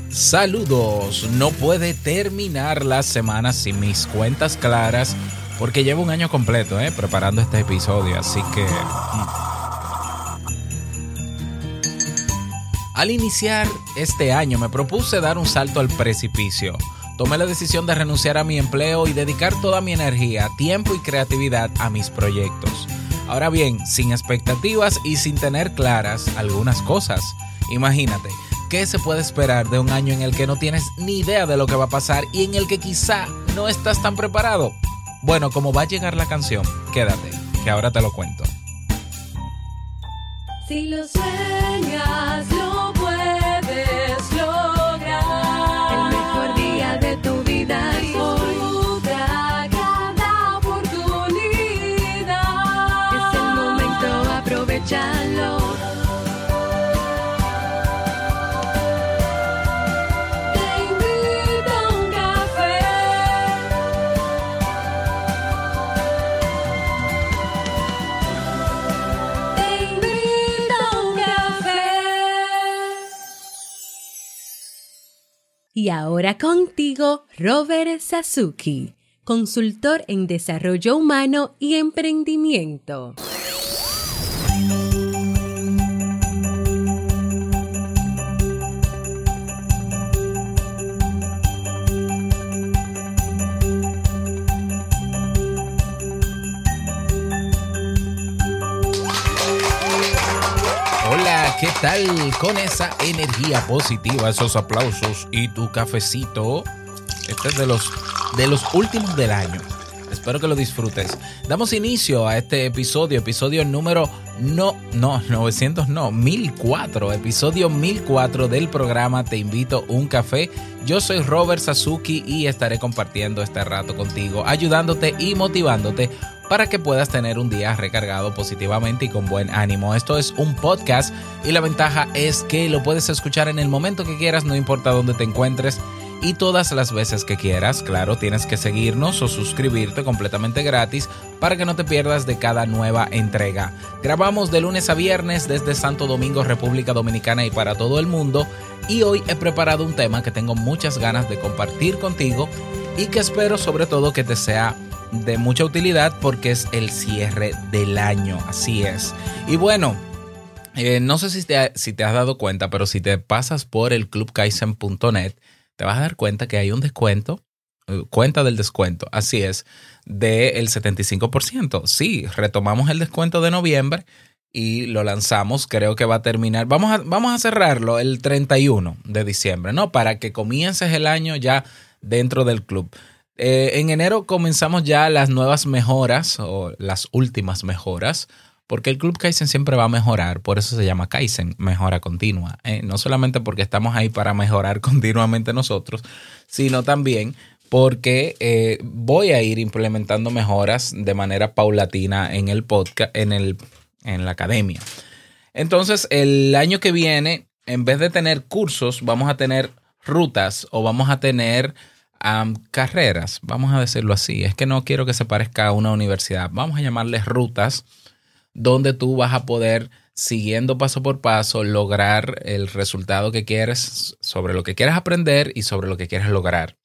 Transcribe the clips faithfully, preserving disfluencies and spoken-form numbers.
Saludos, no puede terminar la semana sin mis cuentas claras porque llevo un año completo eh, preparando este episodio, así que... Al iniciar este año me propuse dar un salto al precipicio. Tomé la decisión de renunciar a mi empleo y dedicar toda mi energía, tiempo y creatividad a mis proyectos. Ahora bien, sin expectativas y sin tener claras algunas cosas. Imagínate, ¿qué se puede esperar de un año en el que no tienes ni idea de lo que va a pasar y en el que quizá no estás tan preparado? Bueno, como va a llegar la canción, quédate, que ahora te lo cuento. Si lo sueñas, lo puedes lograr. El mejor día de tu vida es hoy. Disfruta cada oportunidad. Es el momento, aprovechalo. Te invito a un café. Te invito a un café. Y ahora contigo, Robert Sasuki, consultor en desarrollo humano y emprendimiento. Hola, ¿qué tal? Con esa energía positiva, esos aplausos y tu cafecito. Este es de los, de los últimos del año. Espero que lo disfrutes. Damos inicio a este episodio, episodio número no, no, novecientos no, mil cuatro, episodio mil cuatro del programa Te Invito a un Café. Yo soy Robert Sasuki y estaré compartiendo este rato contigo, ayudándote y motivándote para que puedas tener un día recargado positivamente y con buen ánimo. Esto es un podcast y la ventaja es que lo puedes escuchar en el momento que quieras, no importa dónde te encuentres y todas las veces que quieras. Claro, tienes que seguirnos o suscribirte completamente gratis para que no te pierdas de cada nueva entrega. Grabamos de lunes a viernes desde Santo Domingo, República Dominicana y para todo el mundo. Y hoy he preparado un tema que tengo muchas ganas de compartir contigo y que espero sobre todo que te sea de mucha utilidad porque es el cierre del año, así es. Y bueno, eh, no sé si te, si te has dado cuenta, pero si te pasas por el club kaizen punto net, te vas a dar cuenta que hay un descuento, eh, cuenta del descuento, así es, del setenta y cinco por ciento. Sí, retomamos el descuento de noviembre y lo lanzamos, creo que va a terminar, vamos a, vamos a cerrarlo el treinta y uno de diciembre, ¿no? Para que comiences el año ya dentro del club. Eh, en enero comenzamos ya las nuevas mejoras o las últimas mejoras, porque el Club Kaizen siempre va a mejorar, por eso se llama Kaizen, mejora continua. Eh, no solamente porque estamos ahí para mejorar continuamente nosotros, sino también porque eh, voy a ir implementando mejoras de manera paulatina en el podcast, en, el, en la academia. Entonces, el año que viene, en vez de tener cursos, vamos a tener rutas o vamos a tener Um, carreras, vamos a decirlo así. Es que no quiero que se parezca a una universidad. Vamos a llamarles rutas donde tú vas a poder, siguiendo paso por paso, lograr el resultado que quieres, sobre lo que quieres aprender y sobre lo que quieres lograr.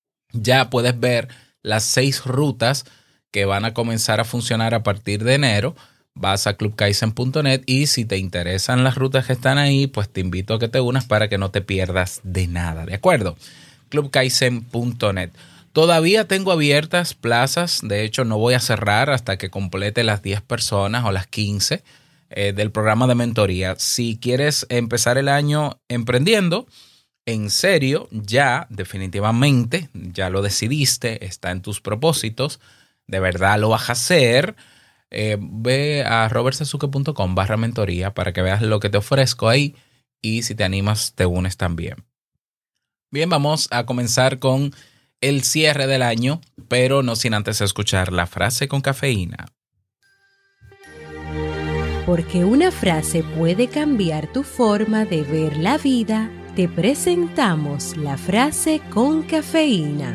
Ya puedes ver las seis rutas que van a comenzar a funcionar a partir de enero. Vas a club kaizen punto net y si te interesan las rutas que están ahí, pues te invito a que te unas para que no te pierdas de nada, ¿de acuerdo? club kaizen punto net. Todavía tengo abiertas plazas, de hecho no voy a cerrar hasta que complete las diez personas o las quince eh, del programa de mentoría. Si quieres empezar el año emprendiendo, en serio, ya definitivamente, ya lo decidiste, está en tus propósitos, de verdad lo vas a hacer, eh, ve a robertsasuke punto com barra mentoría para que veas lo que te ofrezco ahí y si te animas te unes también. Bien, vamos a comenzar con el cierre del año, pero no sin antes escuchar la frase con cafeína. Porque una frase puede cambiar tu forma de ver la vida, te presentamos la frase con cafeína.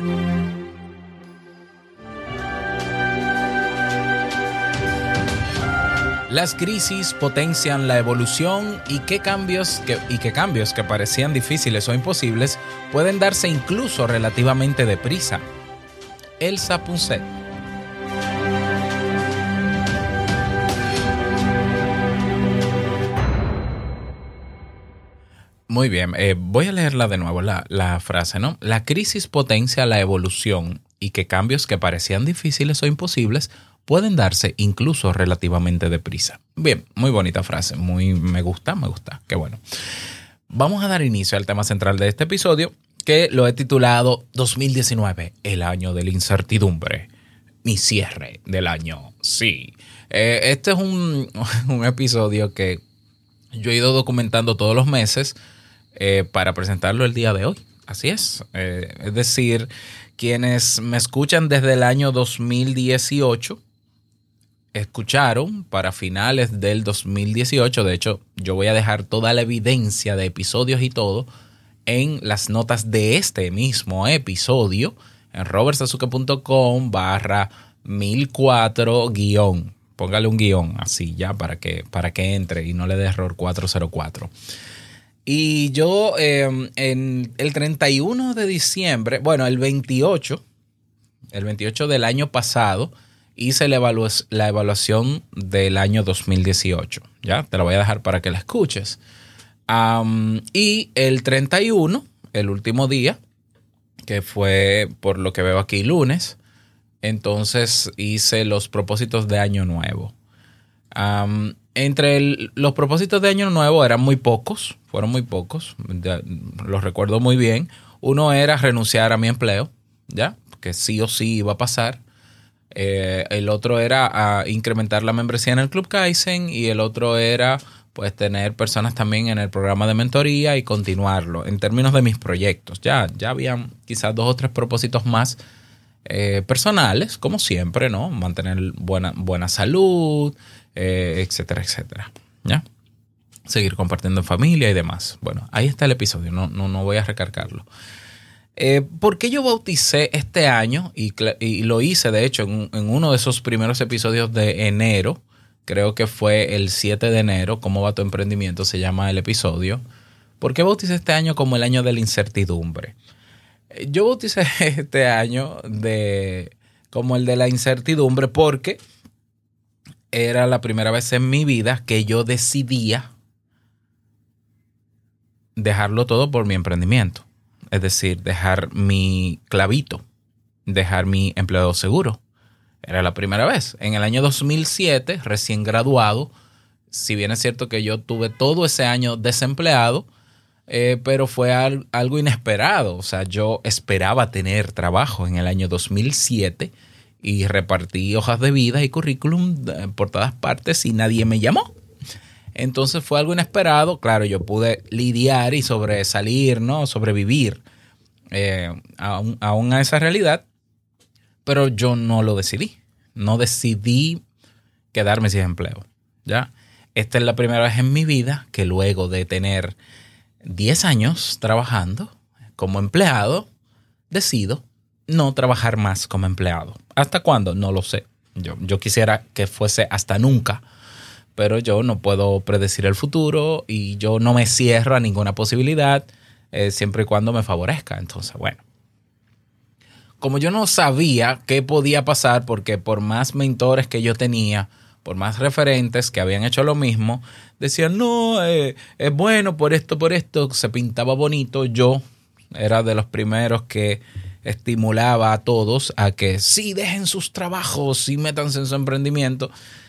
Las crisis potencian la evolución y qué cambios que, y qué cambios que parecían difíciles o imposibles pueden darse incluso relativamente deprisa. Elsa Punset. Muy bien, eh, voy a leerla de nuevo, la, la frase, ¿no? La crisis potencia la evolución y que cambios que parecían difíciles o imposibles pueden darse incluso relativamente deprisa. Bien, muy bonita frase, muy me gusta, me gusta, qué bueno. Vamos a dar inicio al tema central de este episodio, que lo he titulado dos mil diecinueve, el año de la incertidumbre. Mi cierre del año, sí. Eh, este es un, un episodio que yo he ido documentando todos los meses eh, para presentarlo el día de hoy. Así es. Eh, es decir, quienes me escuchan desde el año dos mil dieciocho, escucharon para finales del dos mil dieciocho. De hecho, yo voy a dejar toda la evidencia de episodios y todo en las notas de este mismo episodio en robertsazuke.com barra mil cuatro guión. Póngale un guión así ya para que, para que entre y no le dé error cuatrocientos cuatro. Y yo eh, en el treinta y uno de diciembre, bueno, el veintiocho, el veintiocho del año pasado, hice la, evalu- la evaluación del año dos mil dieciocho. Ya, te la voy a dejar para que la escuches. Um, y el treinta y uno, el último día, que fue por lo que veo aquí lunes, entonces hice los propósitos de año nuevo. Um, entre el, los propósitos de año nuevo eran muy pocos, fueron muy pocos, ya, los recuerdo muy bien. Uno era renunciar a mi empleo, ya, que sí o sí iba a pasar. Eh, el otro era a incrementar la membresía en el Club Kaizen y el otro era pues tener personas también en el programa de mentoría y continuarlo en términos de mis proyectos. Ya, ya habían quizás dos o tres propósitos más eh, personales, como siempre, ¿no? Mantener buena, buena salud, eh, etcétera, etcétera. ¿Ya? Seguir compartiendo en familia y demás. Bueno, ahí está el episodio, no, no, no voy a recargarlo. Eh, ¿Por qué yo bauticé este año? Y, y lo hice, de hecho, en, en uno de esos primeros episodios de enero. Creo que fue el siete de enero. ¿Cómo va tu emprendimiento? Se llama el episodio. ¿Por qué bauticé este año como el año de la incertidumbre? Yo bauticé este año de, como el de la incertidumbre porque era la primera vez en mi vida que yo decidía dejarlo todo por mi emprendimiento. Es decir, dejar mi clavito, dejar mi empleado seguro. Era la primera vez. En el año dos mil siete, recién graduado, si bien es cierto que yo tuve todo ese año desempleado, eh, pero fue al, algo inesperado. O sea, yo esperaba tener trabajo en el año dos mil siete y repartí hojas de vida y currículum por todas partes y nadie me llamó. Entonces fue algo inesperado. Claro, yo pude lidiar y sobresalir, ¿no? Sobrevivir eh, aún, aún a esa realidad. Pero yo no lo decidí. No decidí quedarme sin empleo. ¿Ya? Esta es la primera vez en mi vida que luego de tener diez años trabajando como empleado, decido no trabajar más como empleado. ¿Hasta cuándo? No lo sé. Yo, yo quisiera que fuese hasta nunca, pero yo no puedo predecir el futuro y yo no me cierro a ninguna posibilidad eh, siempre y cuando me favorezca. Entonces, bueno. Como yo no sabía qué podía pasar, porque por más mentores que yo tenía, por más referentes que habían hecho lo mismo, decían, no, eh, es bueno por esto, por esto, se pintaba bonito. Yo era de los primeros que estimulaba a todos a que sí dejen sus trabajos y métanse en su emprendimiento.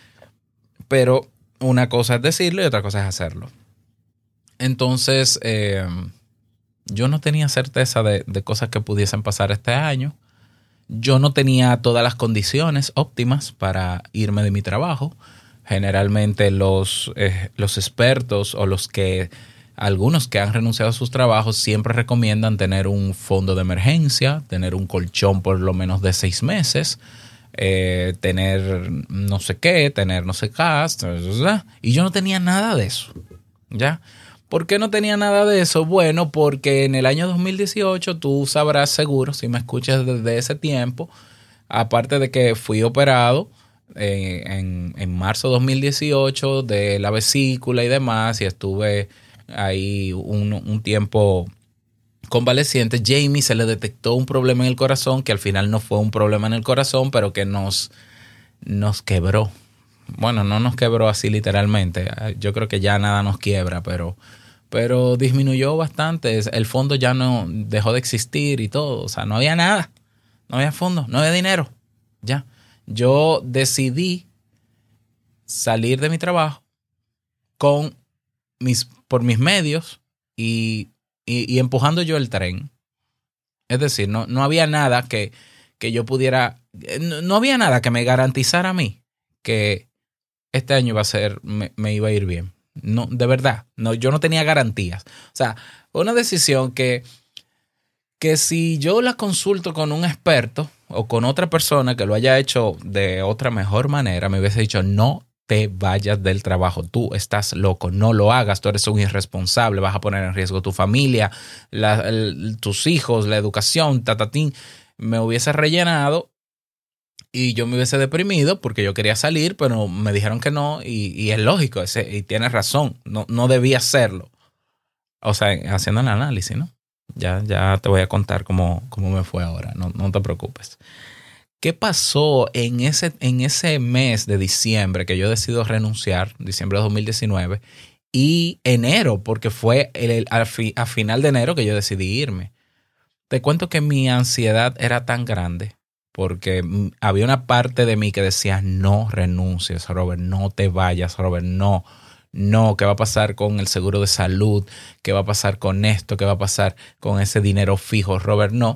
Pero una cosa es decirlo y otra cosa es hacerlo. Entonces, eh, yo no tenía certeza de, de cosas que pudiesen pasar este año. Yo no tenía todas las condiciones óptimas para irme de mi trabajo. Generalmente los, eh, los expertos o los que, algunos que han renunciado a sus trabajos siempre recomiendan tener un fondo de emergencia, tener un colchón por lo menos de seis meses, eh, tener no sé qué, tener no sé qué. Y yo no tenía nada de eso, ¿ya? ¿Por qué no tenía nada de eso? Bueno, porque en el año dos mil dieciocho, tú sabrás seguro, si me escuchas desde ese tiempo, aparte de que fui operado eh, en, en marzo de dos mil dieciocho de la vesícula y demás, y estuve ahí un, un tiempo convaleciente. Jamie se le detectó un problema en el corazón, que al final no fue un problema en el corazón, pero que nos, nos quebró. Bueno, no nos quebró así literalmente. Yo creo que ya nada nos quiebra, pero, pero disminuyó bastante. El fondo ya no dejó de existir y todo. O sea, no había nada. No había fondo, no había dinero. Ya. Yo decidí salir de mi trabajo con mis, por mis medios y, y, y empujando yo el tren. Es decir, no, no había nada que, que yo pudiera, no, no había nada que me garantizara a mí que este año iba a ser, me, me iba a ir bien. No, de verdad, no, yo no tenía garantías. O sea, fue una decisión que, que si yo la consulto con un experto o con otra persona que lo haya hecho de otra mejor manera, me hubiese dicho, no te vayas del trabajo, tú estás loco, no lo hagas, tú eres un irresponsable, vas a poner en riesgo tu familia, la, el, tus hijos, la educación, tatatín. Me hubiese rellenado y yo me hubiese deprimido porque yo quería salir, pero me dijeron que no y, y es lógico, ese, y tienes razón, no, no debía hacerlo. O sea, haciendo el análisis, ¿no? Ya, ya te voy a contar cómo, cómo me fue ahora, no, no te preocupes. ¿Qué pasó en ese, en ese mes de diciembre que yo decido renunciar, diciembre de dos mil diecinueve, y enero, porque fue el, el, al fi, a final de enero que yo decidí irme? Te cuento que mi ansiedad era tan grande porque había una parte de mí que decía, no renuncies, Robert, no te vayas, Robert, no. No, ¿qué va a pasar con el seguro de salud? ¿Qué va a pasar con esto? ¿Qué va a pasar con ese dinero fijo? Robert, no.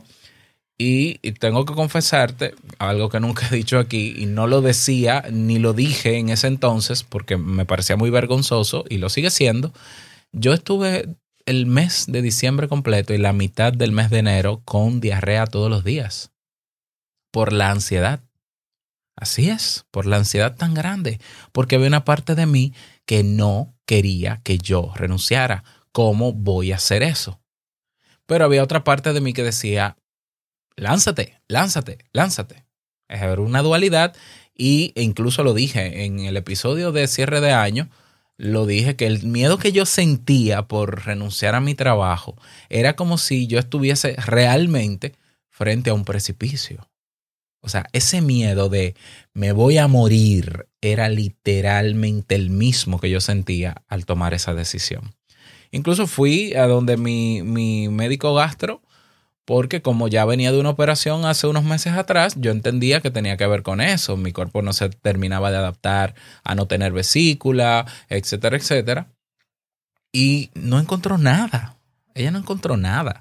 Y, y tengo que confesarte algo que nunca he dicho aquí y no lo decía ni lo dije en ese entonces porque me parecía muy vergonzoso y lo sigue siendo. Yo estuve el mes de diciembre completo y la mitad del mes de enero con diarrea todos los días por la ansiedad. Así es, por la ansiedad tan grande, porque había una parte de mí que no quería que yo renunciara. ¿Cómo voy a hacer eso? Pero había otra parte de mí que decía, lánzate, lánzate, lánzate. Era una dualidad y incluso lo dije en el episodio de cierre de año, lo dije que el miedo que yo sentía por renunciar a mi trabajo era como si yo estuviese realmente frente a un precipicio. O sea, ese miedo de me voy a morir era literalmente el mismo que yo sentía al tomar esa decisión. Incluso fui a donde mi, mi médico gastro, porque como ya venía de una operación hace unos meses atrás, yo entendía que tenía que ver con eso. Mi cuerpo no se terminaba de adaptar a no tener vesícula, etcétera, etcétera. Y no encontró nada. Ella no encontró nada.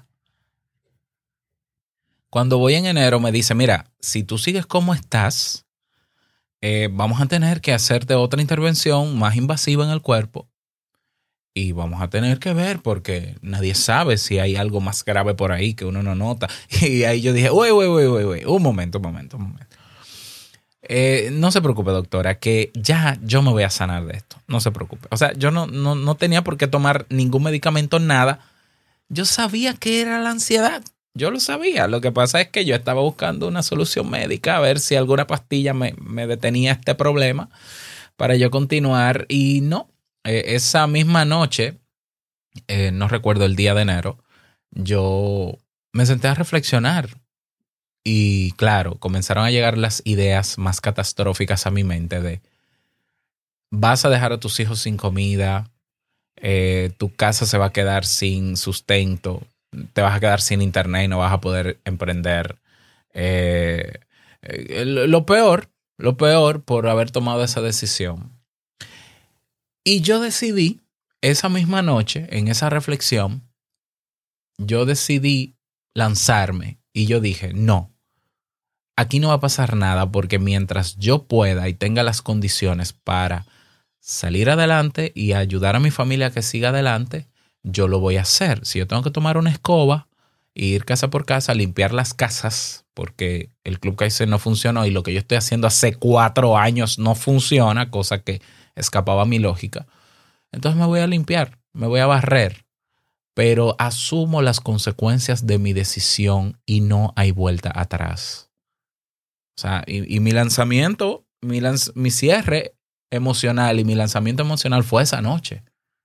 Cuando voy en enero me dice, mira, si tú sigues como estás, eh, vamos a tener que hacerte otra intervención más invasiva en el cuerpo y vamos a tener que ver porque nadie sabe si hay algo más grave por ahí que uno no nota. Y ahí yo dije, uy, uy, uy, uy, uy, un momento, un momento, un momento. Eh, no se preocupe, doctora, que ya yo me voy a sanar de esto. No se preocupe. O sea, yo no, no, no tenía por qué tomar ningún medicamento, nada. Yo sabía que era la ansiedad. Yo lo sabía. Lo que pasa es que yo estaba buscando una solución médica, a ver si alguna pastilla me, me detenía este problema para yo continuar. Y no, eh, esa misma noche, eh, no recuerdo el día de enero, yo me senté a reflexionar. Y claro, comenzaron a llegar las ideas más catastróficas a mi mente de vas a dejar a tus hijos sin comida, eh, tu casa se va a quedar sin sustento, te vas a quedar sin internet y no vas a poder emprender. Eh, eh, lo peor, lo peor por haber tomado esa decisión. Y yo decidí, esa misma noche, en esa reflexión, yo decidí lanzarme y yo dije, no, aquí no va a pasar nada porque mientras yo pueda y tenga las condiciones para salir adelante y ayudar a mi familia a que siga adelante, yo lo voy a hacer. Si yo tengo que tomar una escoba e ir casa por casa, limpiar las casas, porque el Club Kaizen no funcionó y lo que yo estoy haciendo hace cuatro años no funciona, cosa que escapaba a mi lógica, entonces me voy a limpiar, me voy a barrer, pero asumo las consecuencias de mi decisión y no hay vuelta atrás. O sea, y, y mi lanzamiento mi, lanz- mi cierre emocional y mi lanzamiento emocional fue esa noche.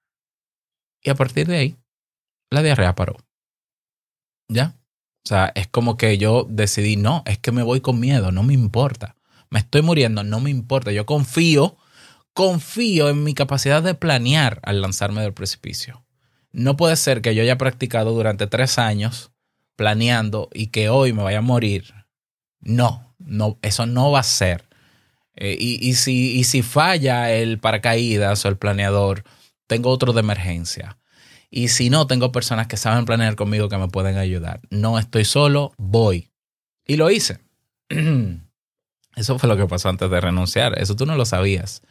Y a partir de ahí, la diarrea paró. ¿Ya? O sea, es como que yo decidí, no, es que me voy con miedo, no me importa. Me estoy muriendo, no me importa. Yo confío, confío en mi capacidad de planear al lanzarme del precipicio. No puede ser que yo haya practicado durante tres años planeando y que hoy me vaya a morir. No, no, eso no va a ser. Eh, y, y, si, y si falla el paracaídas o el planeador, tengo otro de emergencia. Y si no, tengo personas que saben planear conmigo que me pueden ayudar. No estoy solo, voy. Y lo hice. Eso fue lo que pasó antes de renunciar. Eso tú no lo sabías.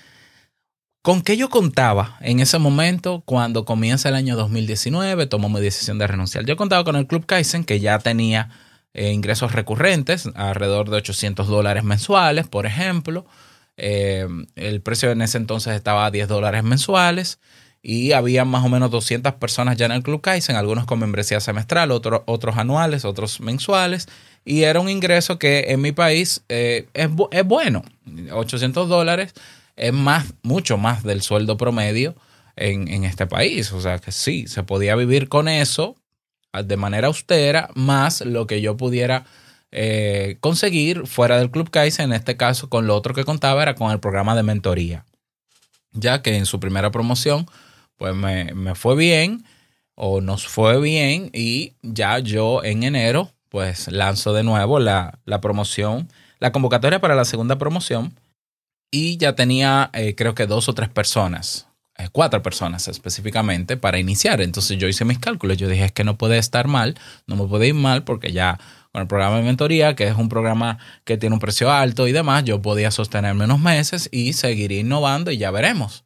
¿Con qué yo contaba en ese momento cuando comienza el año dos mil diecinueve? Tomo mi decisión de renunciar. Yo contaba con el Club Kaizen, que ya tenía eh, ingresos recurrentes, alrededor de ochocientos dólares mensuales, por ejemplo. Eh, el precio en ese entonces estaba a diez dólares mensuales. Y había más o menos doscientas personas ya en el Club Kaizen, algunos con membresía semestral, otros, otros anuales, otros mensuales. Y era un ingreso que en mi país eh, es, bu- es bueno. ochocientos dólares es más, mucho más del sueldo promedio en, en este país. O sea que sí, se podía vivir con eso de manera austera, más lo que yo pudiera eh, conseguir fuera del Club Kaizen. En este caso, con lo otro que contaba era con el programa de mentoría. Ya que en su primera promoción pues me, me fue bien o nos fue bien y ya yo en enero pues lanzo de nuevo la, la promoción, la convocatoria para la segunda promoción y ya tenía eh, creo que dos o tres personas, eh, cuatro personas específicamente para iniciar. Entonces yo hice mis cálculos, yo dije es que no puede estar mal, no me puede ir mal porque ya con el programa de mentoría, que es un programa que tiene un precio alto y demás, yo podía sostenerme unos meses y seguir innovando y ya veremos.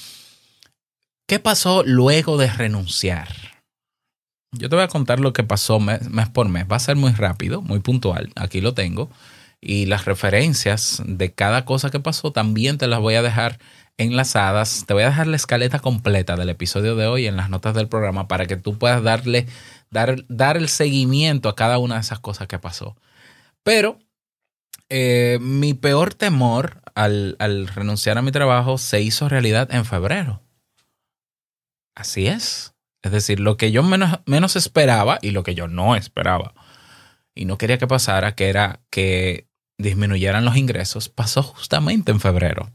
¿Qué pasó luego de renunciar? Yo te voy a contar lo que pasó mes, mes por mes. Va a ser muy rápido, muy puntual. Aquí lo tengo. Y las referencias de cada cosa que pasó también te las voy a dejar enlazadas. Te voy a dejar la escaleta completa del episodio de hoy en las notas del programa para que tú puedas darle, dar, dar el seguimiento a cada una de esas cosas que pasó. Pero eh, mi peor temor al, al renunciar a mi trabajo se hizo realidad en febrero. Así es. Es decir, lo que yo menos, menos esperaba y lo que yo no esperaba y no quería que pasara, que era que disminuyeran los ingresos, pasó justamente en febrero.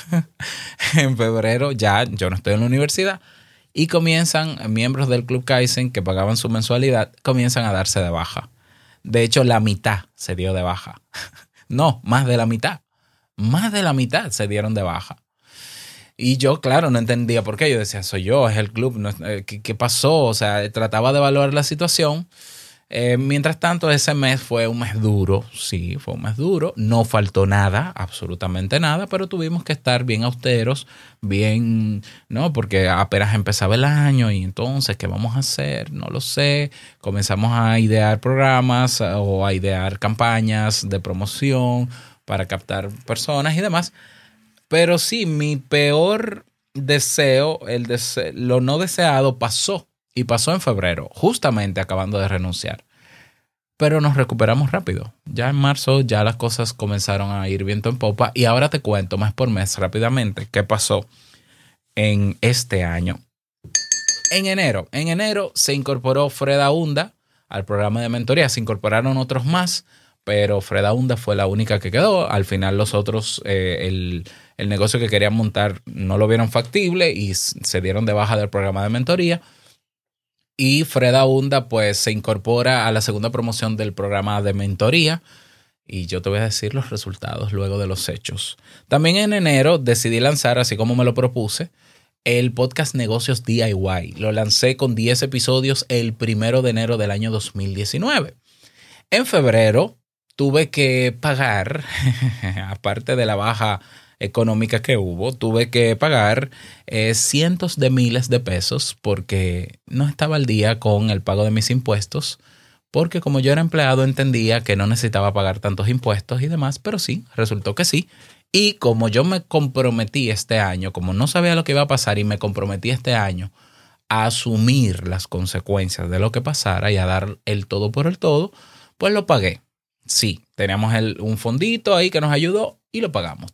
En febrero ya yo no estoy en la universidad y comienzan miembros del Club Kaizen que pagaban su mensualidad, comienzan a darse de baja. De hecho, la mitad se dio de baja. No, más de la mitad. Más de la mitad se dieron de baja. Y yo, claro, no entendía por qué. Yo decía, soy yo, es el club. No, ¿qué, ¿Qué pasó? O sea, trataba de evaluar la situación. Eh, mientras tanto, ese mes fue un mes duro. Sí, fue un mes duro. No faltó nada, absolutamente nada, pero tuvimos que estar bien austeros, bien, ¿no? Porque apenas empezaba el año y entonces, ¿qué vamos a hacer? No lo sé. Comenzamos a idear programas o a idear campañas de promoción para captar personas y demás. Pero sí, mi peor deseo, el dese- lo no deseado pasó y pasó en febrero, justamente acabando de renunciar. Pero nos recuperamos rápido. Ya en marzo ya las cosas comenzaron a ir viento en popa y ahora te cuento mes por mes rápidamente qué pasó en este año. En enero, en enero se incorporó Freda Hunda al programa de mentoría. Se incorporaron otros más, pero Freda Hunda fue la única que quedó. Al final los otros, eh, el, el negocio que querían montar no lo vieron factible y se dieron de baja del programa de mentoría. Y Freda Hunda pues se incorpora a la segunda promoción del programa de mentoría. Y yo te voy a decir los resultados luego de los hechos. También en enero decidí lanzar, así como me lo propuse, el podcast Negocios D I Y. Lo lancé con diez episodios el primero de enero del año dos mil diecinueve. En febrero tuve que pagar, aparte de la baja económica que hubo, tuve que pagar eh, cientos de miles de pesos porque no estaba al día con el pago de mis impuestos, porque como yo era empleado entendía que no necesitaba pagar tantos impuestos y demás, pero sí, resultó que sí. Y como yo me comprometí este año, como no sabía lo que iba a pasar y me comprometí este año a asumir las consecuencias de lo que pasara y a dar el todo por el todo, pues lo pagué. Sí, teníamos el, un fondito ahí que nos ayudó y lo pagamos.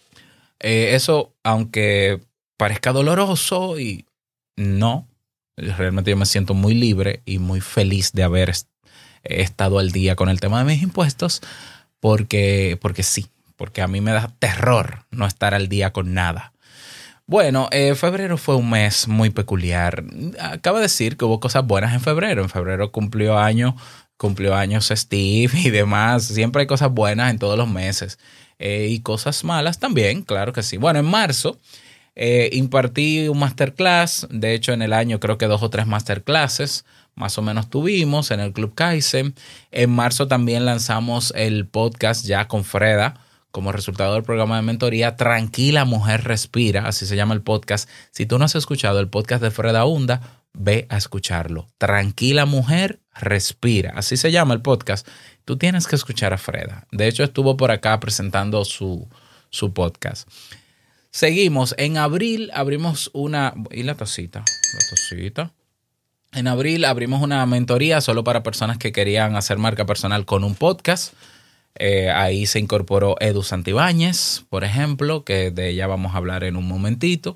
Eh, eso, aunque parezca doloroso y no, realmente yo me siento muy libre y muy feliz de haber est- estado al día con el tema de mis impuestos porque, porque sí, porque a mí me da terror no estar al día con nada. Bueno, eh, febrero fue un mes muy peculiar. Acaba de decir que hubo cosas buenas en febrero. En febrero cumplió año, cumplió años Steve y demás. Siempre hay cosas buenas en todos los meses. Eh, y cosas malas también, claro que sí. Bueno, en marzo eh, impartí un masterclass. De hecho, en el año creo que dos o tres masterclasses más o menos tuvimos en el Club Kaizen. En marzo también lanzamos el podcast ya con Freda como resultado del programa de mentoría Tranquila Mujer Respira, así se llama el podcast. Si tú no has escuchado el podcast de Freda Hunda, ve a escucharlo. Tranquila Mujer Respira, así se llama el podcast. Tú tienes que escuchar a Freda. De hecho, estuvo por acá presentando su, su podcast. Seguimos. En abril abrimos una... ¿Y la tacita? La tacita. En abril abrimos una mentoría solo para personas que querían hacer marca personal con un podcast. Eh, ahí se incorporó Edu Santibáñez, por ejemplo, que de ella vamos a hablar en un momentito.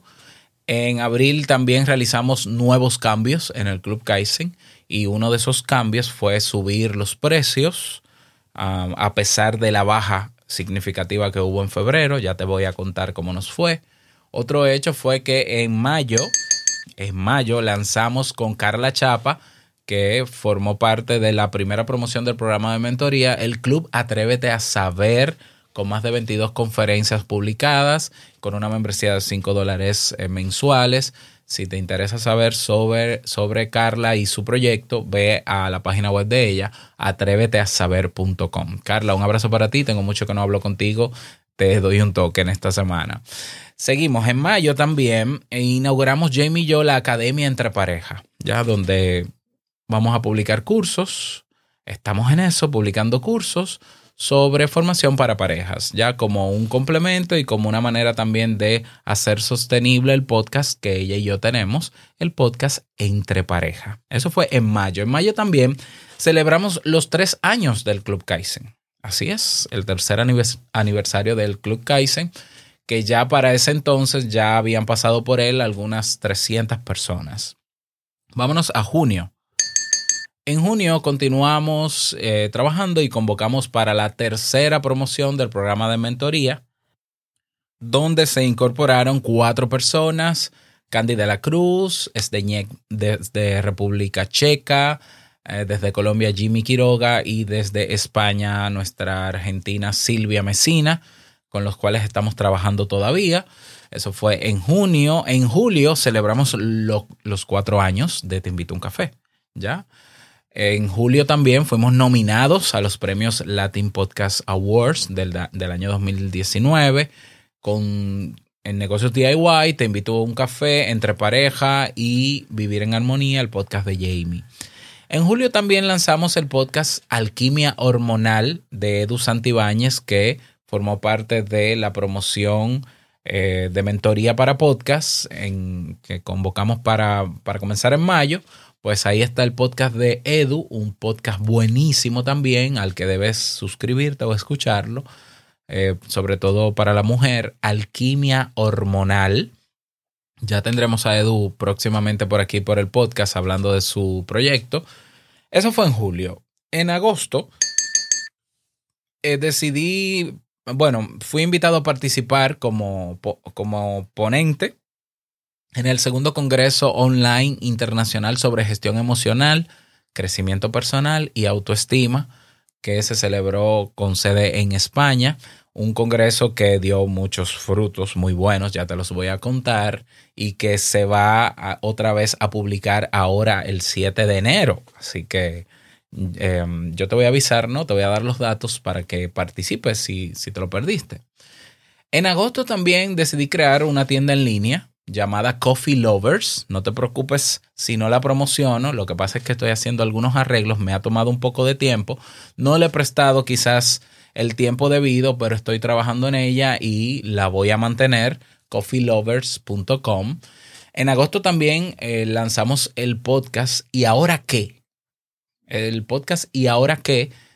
En abril también realizamos nuevos cambios en el Club Kaizen y uno de esos cambios fue subir los precios um, a pesar de la baja significativa que hubo en febrero. Ya te voy a contar cómo nos fue. Otro hecho fue que en mayo, en mayo lanzamos con Carla Chapa, que formó parte de la primera promoción del programa de mentoría, el Club Atrévete a Saber, con más de veintidós conferencias publicadas, con una membresía de cinco dólares eh, mensuales. Si te interesa saber sobre, sobre Carla y su proyecto, ve a la página web de ella, atrévete a saber punto com. Carla, un abrazo para ti. Tengo mucho que no hablo contigo. Te doy un toque en esta semana. Seguimos. En mayo también e inauguramos Jamie y yo la Academia Entre Pareja, ya donde vamos a publicar cursos. Estamos en eso, publicando cursos sobre formación para parejas, ya como un complemento y como una manera también de hacer sostenible el podcast que ella y yo tenemos, el podcast Entre Pareja. Eso fue en mayo. En mayo también celebramos los tres años del Club Kaizen. Así es, el tercer anivers- aniversario del Club Kaizen, que ya para ese entonces ya habían pasado por él algunas trescientas personas. Vámonos a junio. En junio continuamos eh, trabajando y convocamos para la tercera promoción del programa de mentoría, donde se incorporaron cuatro personas: Candy de la Cruz, Zdeněk desde República Checa, eh, desde Colombia Jimmy Quiroga y desde España nuestra argentina Silvia Mesina, con los cuales estamos trabajando todavía. Eso fue en junio. En julio celebramos lo, los cuatro años de Te Invito a un Café, ¿ya? En julio también fuimos nominados a los premios Latin Podcast Awards del, del año dos mil diecinueve con en Negocios D I Y, Te Invito a un Café, Entre Pareja y Vivir en Armonía, el podcast de Jamie. En julio también lanzamos el podcast Alquimia Hormonal de Edu Santibáñez, que formó parte de la promoción eh, de mentoría para podcast en, que convocamos para, para comenzar en mayo. Pues ahí está el podcast de Edu, un podcast buenísimo también al que debes suscribirte o escucharlo, eh, sobre todo para la mujer, Alquimia Hormonal. Ya tendremos a Edu próximamente por aquí por el podcast hablando de su proyecto. Eso fue en julio. En agosto eh, decidí, bueno, fui invitado a participar como, como ponente en el segundo Congreso Online Internacional sobre Gestión Emocional, Crecimiento Personal y Autoestima, que se celebró con sede en España. Un congreso que dio muchos frutos muy buenos, ya te los voy a contar, y que se va a, otra vez a publicar ahora el siete de enero. Así que eh, yo te voy a avisar, ¿no? Te voy a dar los datos para que participes si, si te lo perdiste. En agosto también decidí crear una tienda en línea llamada Coffee Lovers. No te preocupes si no la promociono. Lo que pasa es que estoy haciendo algunos arreglos. Me ha tomado un poco de tiempo. No le he prestado quizás el tiempo debido, pero estoy trabajando en ella y la voy a mantener. coffee lovers punto com. En agosto también eh, lanzamos el podcast ¿Y ahora qué? El podcast ¿Y ahora qué?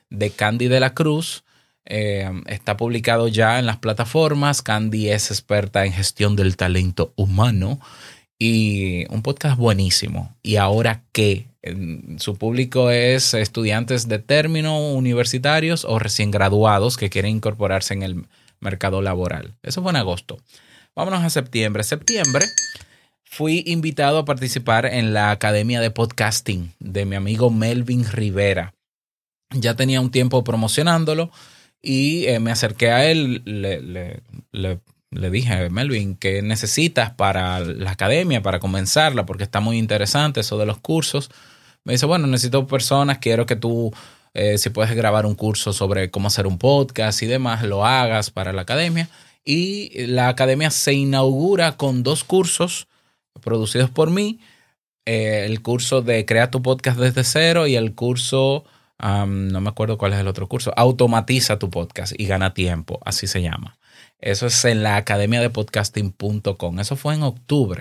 de Candy de la Cruz. Eh, está publicado ya en las plataformas. Candy es experta en gestión del talento humano y un podcast buenísimo. ¿Y ahora qué? Su público es estudiantes de término, universitarios o recién graduados que quieren incorporarse en el mercado laboral. Eso fue en agosto. Vámonos a septiembre. Septiembre fui invitado a participar en la Academia de Podcasting de mi amigo Melvin Rivera. Ya tenía un tiempo promocionándolo y eh, me acerqué a él, le, le, le, le dije, Melvin, ¿qué necesitas para la academia, para comenzarla? Porque está muy interesante eso de los cursos. Me dice, bueno, necesito personas, quiero que tú, eh, si puedes grabar un curso sobre cómo hacer un podcast y demás, lo hagas para la academia. Y la academia se inaugura con dos cursos producidos por mí. Eh, el curso de Crea tu podcast desde cero y el curso... Um, no me acuerdo cuál es el otro curso. Automatiza tu podcast y gana tiempo. Así se llama. Eso es en la academia de podcasting punto com. Eso fue en octubre.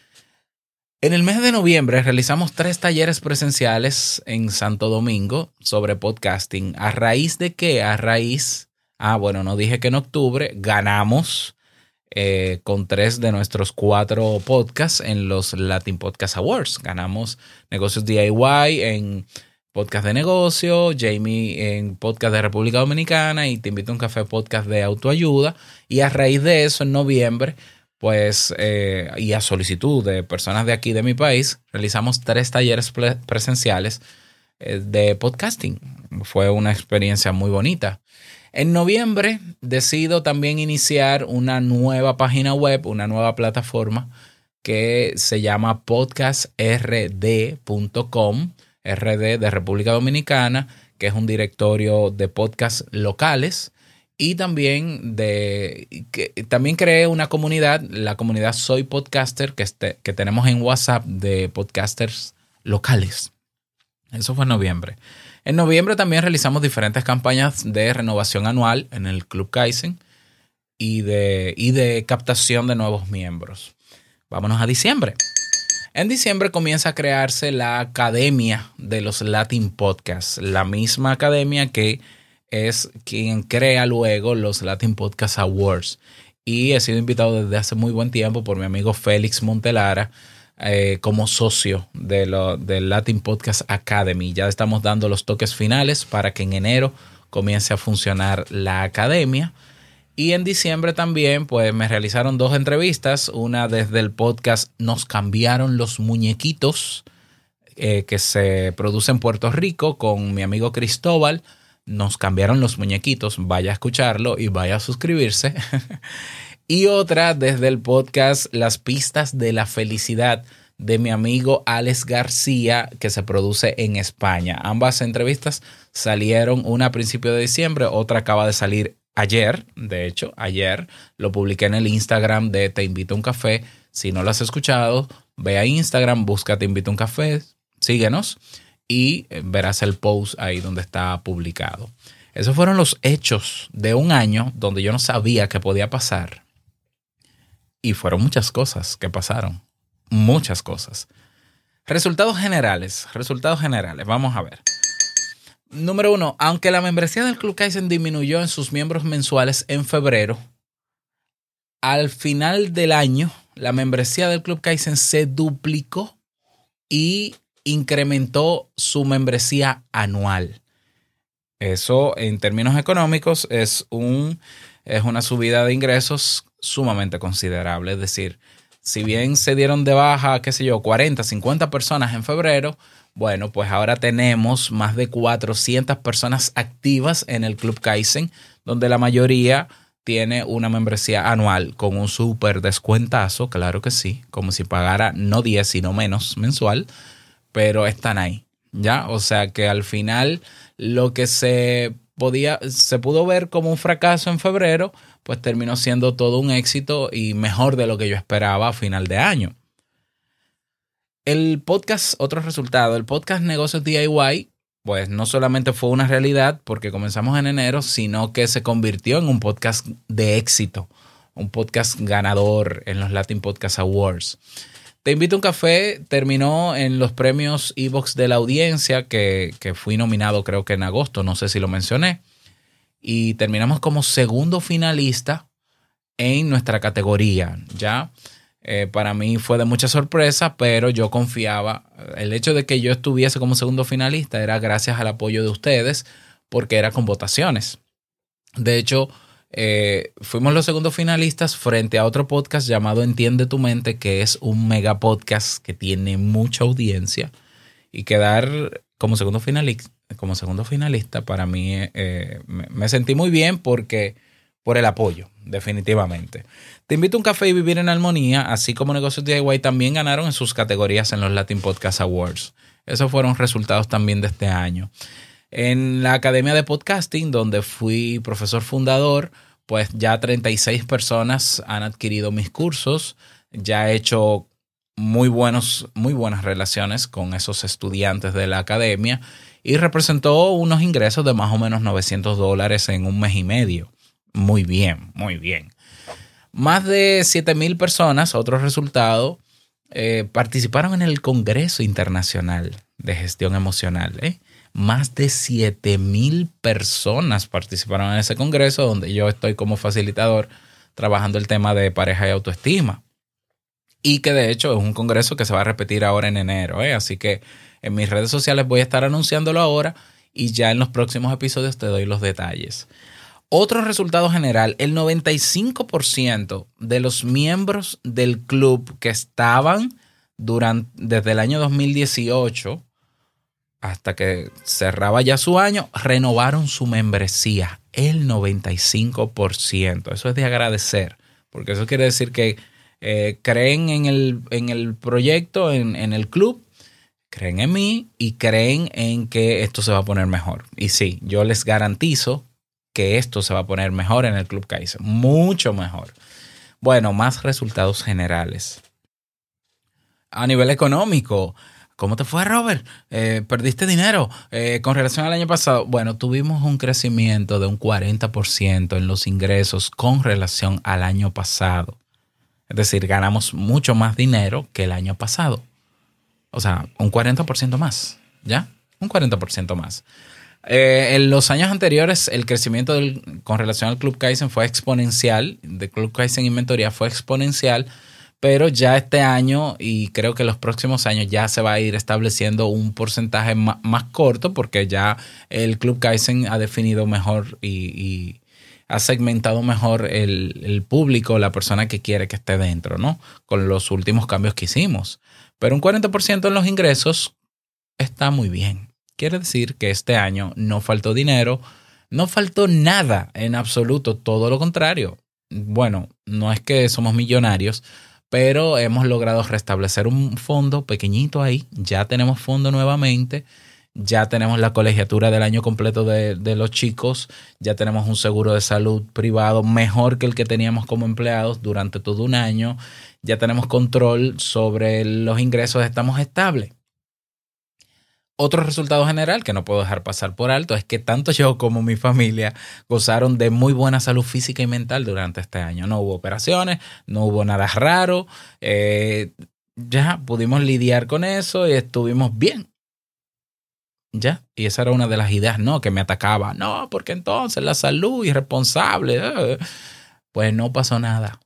En el mes de noviembre realizamos tres talleres presenciales en Santo Domingo sobre podcasting. ¿A raíz de qué? A raíz... Ah, bueno, no dije que en octubre ganamos eh, con tres de nuestros cuatro podcasts en los Latin Podcast Awards. Ganamos Negocios D I Y en... podcast de negocio, Jamie en podcast de República Dominicana y Te Invito a un Café podcast de autoayuda. Y a raíz de eso, en noviembre, pues, eh, y a solicitud de personas de aquí de mi país, realizamos tres talleres pre- presenciales eh, de podcasting. Fue una experiencia muy bonita. En noviembre decido también iniciar una nueva página web, una nueva plataforma que se llama podcast r d punto com. R D de República Dominicana, que es un directorio de podcasts locales y también de que también creé una comunidad, la comunidad Soy Podcaster, que, este, que tenemos en WhatsApp de podcasters locales. Eso fue en noviembre. En noviembre también realizamos diferentes campañas de renovación anual en el Club Kaizen y de, y de captación de nuevos miembros. Vámonos a diciembre. En diciembre comienza a crearse la Academia de los Latin Podcasts, la misma academia que es quien crea luego los Latin Podcast Awards. Y he sido invitado desde hace muy buen tiempo por mi amigo Félix Montelara eh, como socio de lo, del Latin Podcast Academy. Ya estamos dando los toques finales para que en enero comience a funcionar la academia. Y en diciembre también pues me realizaron dos entrevistas, una desde el podcast Nos Cambiaron los Muñequitos, eh, que se produce en Puerto Rico con mi amigo Cristóbal. Nos Cambiaron los Muñequitos, vaya a escucharlo y vaya a suscribirse. Y otra desde el podcast Las Pistas de la Felicidad de mi amigo Alex García, que se produce en España. Ambas entrevistas salieron, una a principios de diciembre, otra acaba de salir ayer, de hecho, ayer lo publiqué en el Instagram de Te Invito a un Café. Si no lo has escuchado, ve a Instagram, busca Te Invito a un Café, síguenos y verás el post ahí donde está publicado. Esos fueron los hechos de un año donde yo no sabía qué podía pasar. Y fueron muchas cosas que pasaron. Muchas cosas. Resultados generales, resultados generales. Vamos a ver. Número uno, aunque la membresía del Club Kaizen disminuyó en sus miembros mensuales en febrero, al final del año la membresía del Club Kaizen se duplicó y incrementó su membresía anual. Eso en términos económicos es, un, es una subida de ingresos sumamente considerable. Es decir, si bien se dieron de baja, qué sé yo, cuarenta, cincuenta personas en febrero, bueno, pues ahora tenemos más de cuatrocientas personas activas en el Club Kaizen, donde la mayoría tiene una membresía anual con un súper descuentazo, claro que sí, como si pagara no diez, sino menos mensual, pero están ahí, ¿ya? O sea que al final lo que se podía, se pudo ver como un fracaso en febrero, pues terminó siendo todo un éxito y mejor de lo que yo esperaba a final de año. El podcast, otro resultado, el podcast Negocios D I Y, pues no solamente fue una realidad porque comenzamos en enero, sino que se convirtió en un podcast de éxito, un podcast ganador en los Latin Podcast Awards. Te invito a un café, terminó en los premios iVoox de la audiencia, que, que fui nominado creo que en agosto, no sé si lo mencioné, y terminamos como segundo finalista en nuestra categoría, ¿ya? Eh, para mí fue de mucha sorpresa, pero yo confiaba. El hecho de que yo estuviese como segundo finalista era gracias al apoyo de ustedes, porque era con votaciones. De hecho, eh, fuimos los segundos finalistas frente a otro podcast llamado Entiende tu Mente, que es un mega podcast que tiene mucha audiencia. Y quedar como segundo finalista, como segundo finalista para mí eh, me, me sentí muy bien porque por el apoyo, definitivamente. Te invito a un café y vivir en armonía, así como Negocios D I Y también ganaron en sus categorías en los Latin Podcast Awards. Esos fueron resultados también de este año. En la Academia de Podcasting, donde fui profesor fundador, pues ya treinta y seis personas han adquirido mis cursos. Ya he hecho muy, buenos, muy buenas relaciones con esos estudiantes de la academia y representó unos ingresos de más o menos novecientos dólares en un mes y medio. Muy bien, muy bien. Más de siete mil personas, otro resultado, eh, participaron en el Congreso Internacional de Gestión Emocional. ¿eh? Más de siete mil personas participaron en ese congreso, donde yo estoy como facilitador trabajando el tema de pareja y autoestima. Y que de hecho es un congreso que se va a repetir ahora en enero. ¿eh? Así que en mis redes sociales voy a estar anunciándolo ahora y ya en los próximos episodios te doy los detalles. Otro resultado general, el noventa y cinco por ciento de los miembros del club que estaban durante, desde el año dos mil dieciocho hasta que cerraba ya su año, renovaron su membresía, el noventa y cinco por ciento. Eso es de agradecer, porque eso quiere decir que eh, creen en el, en el proyecto, en, en el club, creen en mí y creen en que esto se va a poner mejor. Y sí, yo les garantizo que esto se va a poner mejor en el Club Kaizen, mucho mejor. Bueno, más resultados generales. A nivel económico, ¿cómo te fue, Robert? Eh, ¿Perdiste dinero eh, con relación al año pasado? Bueno, tuvimos un crecimiento de un cuarenta por ciento en los ingresos con relación al año pasado. Es decir, ganamos mucho más dinero que el año pasado. O sea, un cuarenta por ciento más, ¿ya? Un cuarenta por ciento más. Eh, en los años anteriores, el crecimiento del, con relación al Club Kaizen fue exponencial. De Club Kaizen y mentoría fue exponencial. Pero ya este año y creo que los próximos años ya se va a ir estableciendo un porcentaje más, más corto, porque ya el Club Kaizen ha definido mejor y, y ha segmentado mejor el, el público, la persona que quiere que esté dentro, ¿no? Con los últimos cambios que hicimos. Pero un cuarenta por ciento en los ingresos está muy bien. Quiere decir que este año no faltó dinero, no faltó nada en absoluto, todo lo contrario. Bueno, no es que somos millonarios, pero hemos logrado restablecer un fondo pequeñito ahí. Ya tenemos fondo nuevamente, ya tenemos la colegiatura del año completo de, de los chicos, ya tenemos un seguro de salud privado mejor que el que teníamos como empleados durante todo un año, ya tenemos control sobre los ingresos, estamos estables. Otro resultado general que no puedo dejar pasar por alto es que tanto yo como mi familia gozaron de muy buena salud física y mental durante este año. No hubo operaciones, no hubo nada raro. Eh, ya pudimos lidiar con eso y estuvimos bien. Ya, y esa era una de las ideas, ¿no? Que me atacaba. No, porque entonces la salud irresponsable. Eh. Pues no pasó nada.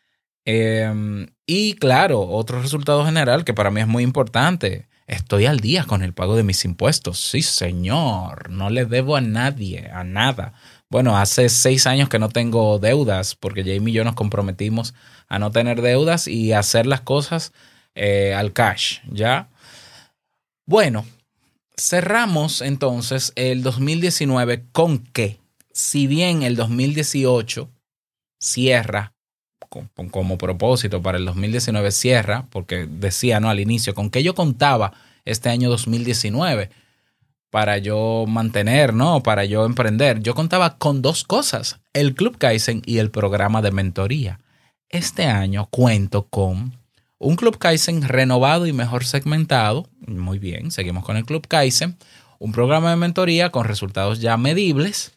Eh, y claro, otro resultado general que para mí es muy importante. Estoy al día con el pago de mis impuestos. Sí, señor. No le debo a nadie, a nada. Bueno, hace seis años que no tengo deudas porque Jamie y yo nos comprometimos a no tener deudas y hacer las cosas eh, al cash, ¿ya? Bueno, cerramos entonces el dos mil diecinueve con que, si bien el dos mil dieciocho cierra, como propósito para el dos mil diecinueve cierra, porque decía, ¿no? Al inicio, ¿con qué yo contaba este año dos mil diecinueve para yo mantener, ¿no? Para yo emprender? Yo contaba con dos cosas, el Club Kaizen y el programa de mentoría. Este año cuento con un Club Kaizen renovado y mejor segmentado. Muy bien, seguimos con el Club Kaizen. Un programa de mentoría con resultados ya medibles,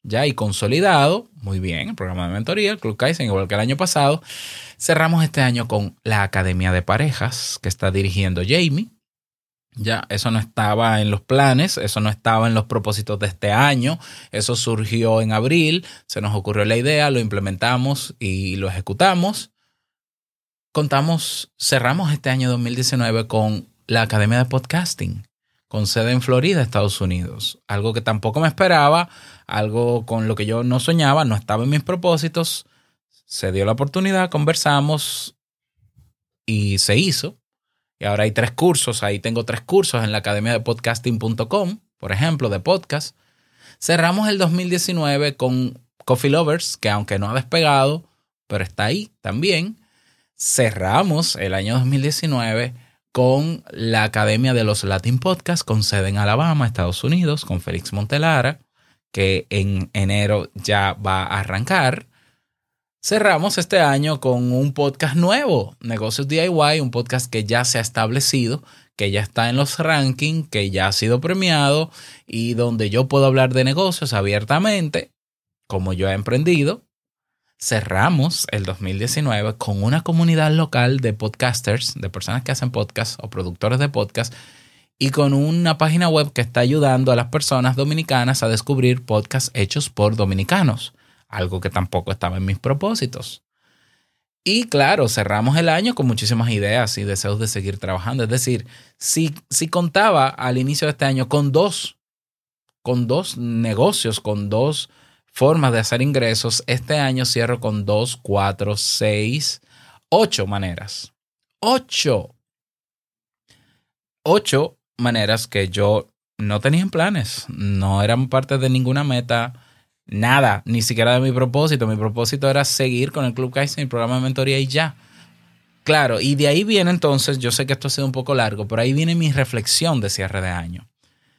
ya y consolidado, muy bien, el programa de mentoría, el Club Kaizen, igual que el año pasado. Cerramos este año con la Academia de Parejas que está dirigiendo Jamie. Ya, eso no estaba en los planes, eso no estaba en los propósitos de este año, eso surgió en abril, se nos ocurrió la idea, lo implementamos y lo ejecutamos. Contamos, cerramos este año dos mil diecinueve con la Academia de Podcasting, con sede en Florida, Estados Unidos. Algo que tampoco me esperaba, algo con lo que yo no soñaba, no estaba en mis propósitos. Se dio la oportunidad, conversamos y se hizo. Y ahora hay tres cursos, ahí tengo tres cursos en la academia de podcasting punto com, por ejemplo, de podcast. Cerramos el dos mil diecinueve con Coffee Lovers, que aunque no ha despegado, pero está ahí también. Cerramos el año dos mil diecinueve con la Academia de los Latin Podcasts, con sede en Alabama, Estados Unidos, con Félix Montelara, que en enero ya va a arrancar. Cerramos este año con un podcast nuevo, Negocios D I Y, un podcast que ya se ha establecido, que ya está en los rankings, que ya ha sido premiado y donde yo puedo hablar de negocios abiertamente, como yo he emprendido. Cerramos el dos mil diecinueve con una comunidad local de podcasters, de personas que hacen podcasts o productores de podcasts, y con una página web que está ayudando a las personas dominicanas a descubrir podcasts hechos por dominicanos. Algo que tampoco estaba en mis propósitos. Y claro, cerramos el año con muchísimas ideas y deseos de seguir trabajando. Es decir, si, si contaba al inicio de este año con dos, con dos negocios, con dos formas de hacer ingresos, este año cierro con dos, cuatro, seis, ocho maneras. Ocho. Ocho maneras que yo no tenía en planes. No eran parte de ninguna meta. Nada, ni siquiera de mi propósito. Mi propósito era seguir con el Club Kaizen, el programa de mentoría y ya. Claro, y de ahí viene entonces, yo sé que esto ha sido un poco largo, pero ahí viene mi reflexión de cierre de año.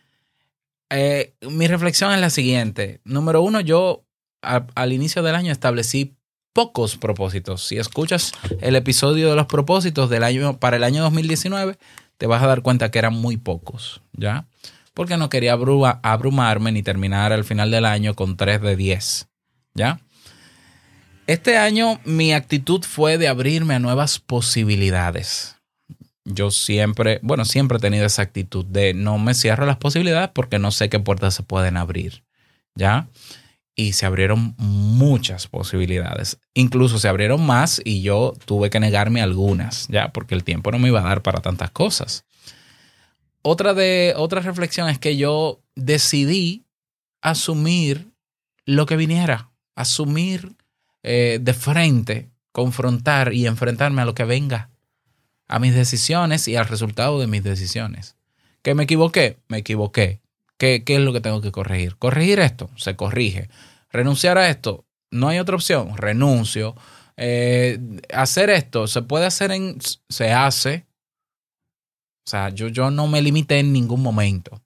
Eh, mi reflexión es la siguiente. Número uno, yo a, al inicio del año establecí pocos propósitos. Si escuchas el episodio de los propósitos del año para el año dos mil diecinueve, te vas a dar cuenta que eran muy pocos, ¿ya? Porque no quería abruma, abrumarme ni terminar al final del año con tres de diez, ¿ya? Este año mi actitud fue de abrirme a nuevas posibilidades. Yo siempre, bueno, siempre he tenido esa actitud de no me cierro las posibilidades porque no sé qué puertas se pueden abrir, ¿ya? Y se abrieron muchas posibilidades. Incluso se abrieron más y yo tuve que negarme algunas, ¿ya? Porque el tiempo no me iba a dar para tantas cosas. Otra, de, otra reflexión es que yo decidí asumir lo que viniera, asumir eh, de frente, confrontar y enfrentarme a lo que venga, a mis decisiones y al resultado de mis decisiones. ¿Que me equivoqué? Me equivoqué. ¿Qué, qué es lo que tengo que corregir? Corregir esto, se corrige. Renunciar a esto, no hay otra opción, renuncio. Eh, hacer esto, se puede hacer en, se hace. O sea, yo, yo no me limité en ningún momento.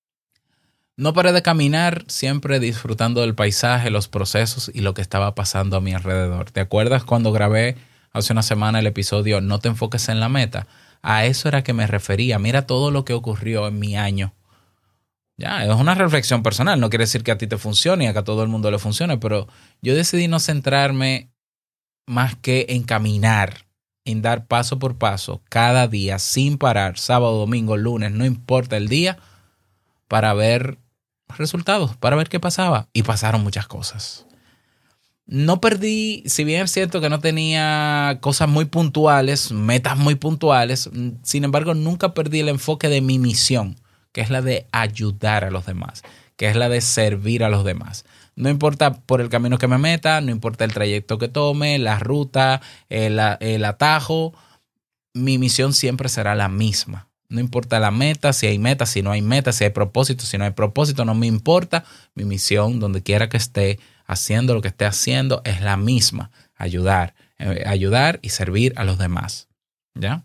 No paré de caminar, siempre disfrutando del paisaje, los procesos y lo que estaba pasando a mi alrededor. ¿Te acuerdas cuando grabé hace una semana el episodio No te enfoques en la meta? A eso era que me refería. Mira todo lo que ocurrió en mi año. Ya, es una reflexión personal. No quiere decir que a ti te funcione y a que a todo el mundo le funcione, pero yo decidí no centrarme más que en caminar, en dar paso por paso, cada día, sin parar, sábado, domingo, lunes, no importa el día, para ver resultados, para ver qué pasaba. Y pasaron muchas cosas. No perdí, si bien es cierto que no tenía cosas muy puntuales, metas muy puntuales, sin embargo, nunca perdí el enfoque de mi misión, que es la de ayudar a los demás, que es la de servir a los demás. No importa por el camino que me meta, no importa el trayecto que tome, la ruta, el, el atajo, mi misión siempre será la misma. No importa la meta, si hay meta, si no hay meta, si hay propósito, si no hay propósito, no me importa. Mi misión, donde quiera que esté haciendo lo que esté haciendo, es la misma. Ayudar, eh, ayudar y servir a los demás, ¿ya?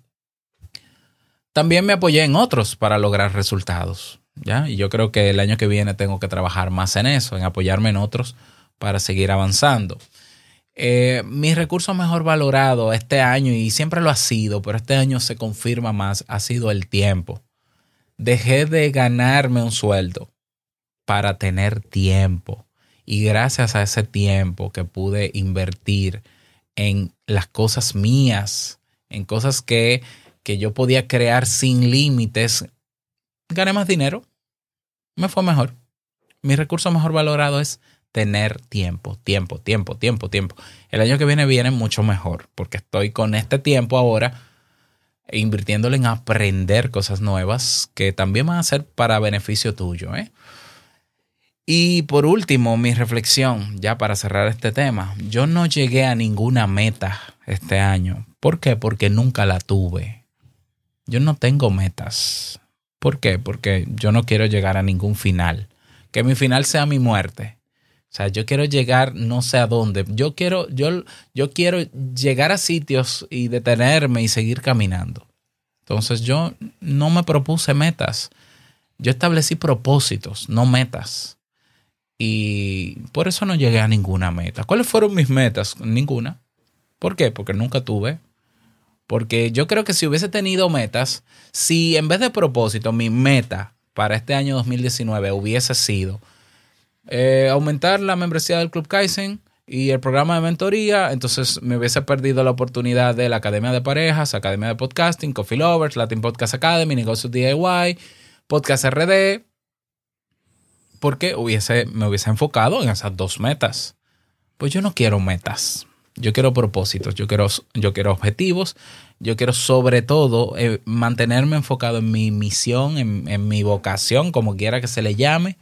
También me apoyé en otros para lograr resultados, ¿ya? Y yo creo que el año que viene tengo que trabajar más en eso, en apoyarme en otros para seguir avanzando. Eh, mi recurso mejor valorado este año, y siempre lo ha sido, pero este año se confirma más, ha sido el tiempo. Dejé de ganarme un sueldo para tener tiempo. Y gracias a ese tiempo que pude invertir en las cosas mías, en cosas que, que yo podía crear sin límites, gané más dinero, me fue mejor. Mi recurso mejor valorado es tener tiempo, tiempo, tiempo, tiempo, tiempo. El año que viene viene mucho mejor porque estoy con este tiempo ahora invirtiéndole en aprender cosas nuevas que también van a ser para beneficio tuyo, ¿eh? Y por último, mi reflexión, ya para cerrar este tema. Yo no llegué a ninguna meta este año. ¿Por qué? Porque nunca la tuve. Yo no tengo metas. ¿Por qué? Porque yo no quiero llegar a ningún final. Que mi final sea mi muerte. O sea, yo quiero llegar no sé a dónde. Yo quiero, yo, yo quiero llegar a sitios y detenerme y seguir caminando. Entonces yo no me propuse metas. Yo establecí propósitos, no metas. Y por eso no llegué a ninguna meta. ¿Cuáles fueron mis metas? Ninguna. ¿Por qué? Porque nunca tuve. Porque yo creo que si hubiese tenido metas, si en vez de propósito mi meta para este año dos mil diecinueve hubiese sido Eh, aumentar la membresía del Club Kaizen y el programa de mentoría, entonces me hubiese perdido la oportunidad de la Academia de Parejas, Academia de Podcasting, Coffee Lovers, Latin Podcast Academy, Negocios D I Y, Podcast R D, porque hubiese, me hubiese enfocado en esas dos metas. Pues yo no quiero metas, yo quiero propósitos, yo quiero, yo quiero objetivos, yo quiero sobre todo eh, mantenerme enfocado en mi misión, en, en mi vocación, como quiera que se le llame,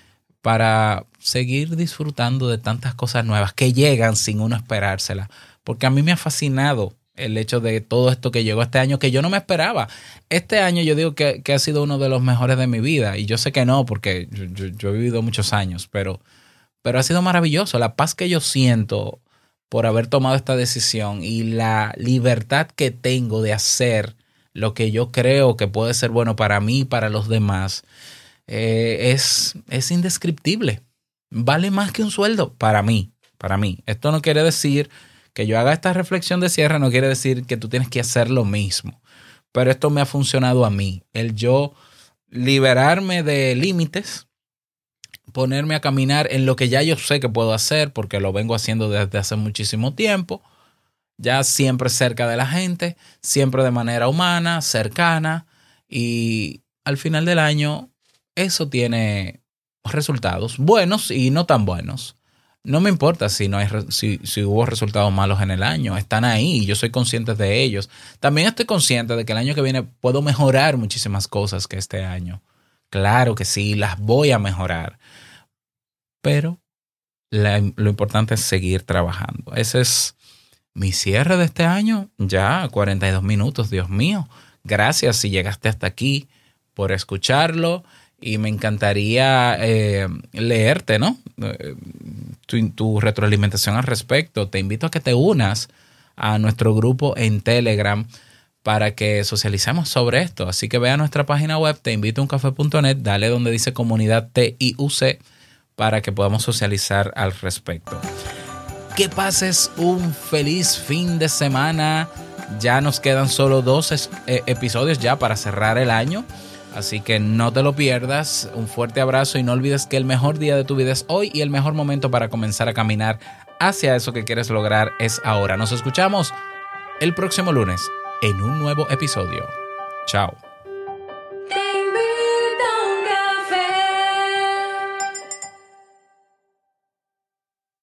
para seguir disfrutando de tantas cosas nuevas que llegan sin uno esperárselas. Porque a mí me ha fascinado el hecho de todo esto que llegó este año que yo no me esperaba. Este año yo digo que, que ha sido uno de los mejores de mi vida. Y yo sé que no, porque yo, yo, yo he vivido muchos años, pero, pero ha sido maravilloso. La paz que yo siento por haber tomado esta decisión y la libertad que tengo de hacer lo que yo creo que puede ser bueno para mí y para los demás. Eh, es, es indescriptible. Vale más que un sueldo para mí, para mí. Esto no quiere decir que yo haga esta reflexión de cierre, no quiere decir que tú tienes que hacer lo mismo. Pero esto me ha funcionado a mí. El yo liberarme de límites, ponerme a caminar en lo que ya yo sé que puedo hacer, porque lo vengo haciendo desde hace muchísimo tiempo. Ya siempre cerca de la gente, siempre de manera humana, cercana. Y al final del año eso tiene resultados buenos y no tan buenos. No me importa si, no hay, si, si hubo resultados malos en el año. Están ahí y yo soy consciente de ellos. También estoy consciente de que el año que viene puedo mejorar muchísimas cosas que este año. Claro que sí, las voy a mejorar. Pero la, lo importante es seguir trabajando. Ese es mi cierre de este año. Ya, cuarenta y dos minutos, Dios mío. Gracias si llegaste hasta aquí por escucharlo. Y me encantaría eh, leerte, ¿no? Tu, tu retroalimentación al respecto. Te invito a que te unas a nuestro grupo en Telegram para que socialicemos sobre esto. Así que ve a nuestra página web, te invito a un café punto net, dale donde dice comunidad T I U C para que podamos socializar al respecto. Que pases un feliz fin de semana. Ya nos quedan solo dos es, eh, episodios ya para cerrar el año. Así que no te lo pierdas. Un fuerte abrazo y no olvides que el mejor día de tu vida es hoy y el mejor momento para comenzar a caminar hacia eso que quieres lograr es ahora. Nos escuchamos el próximo lunes en un nuevo episodio. Chao.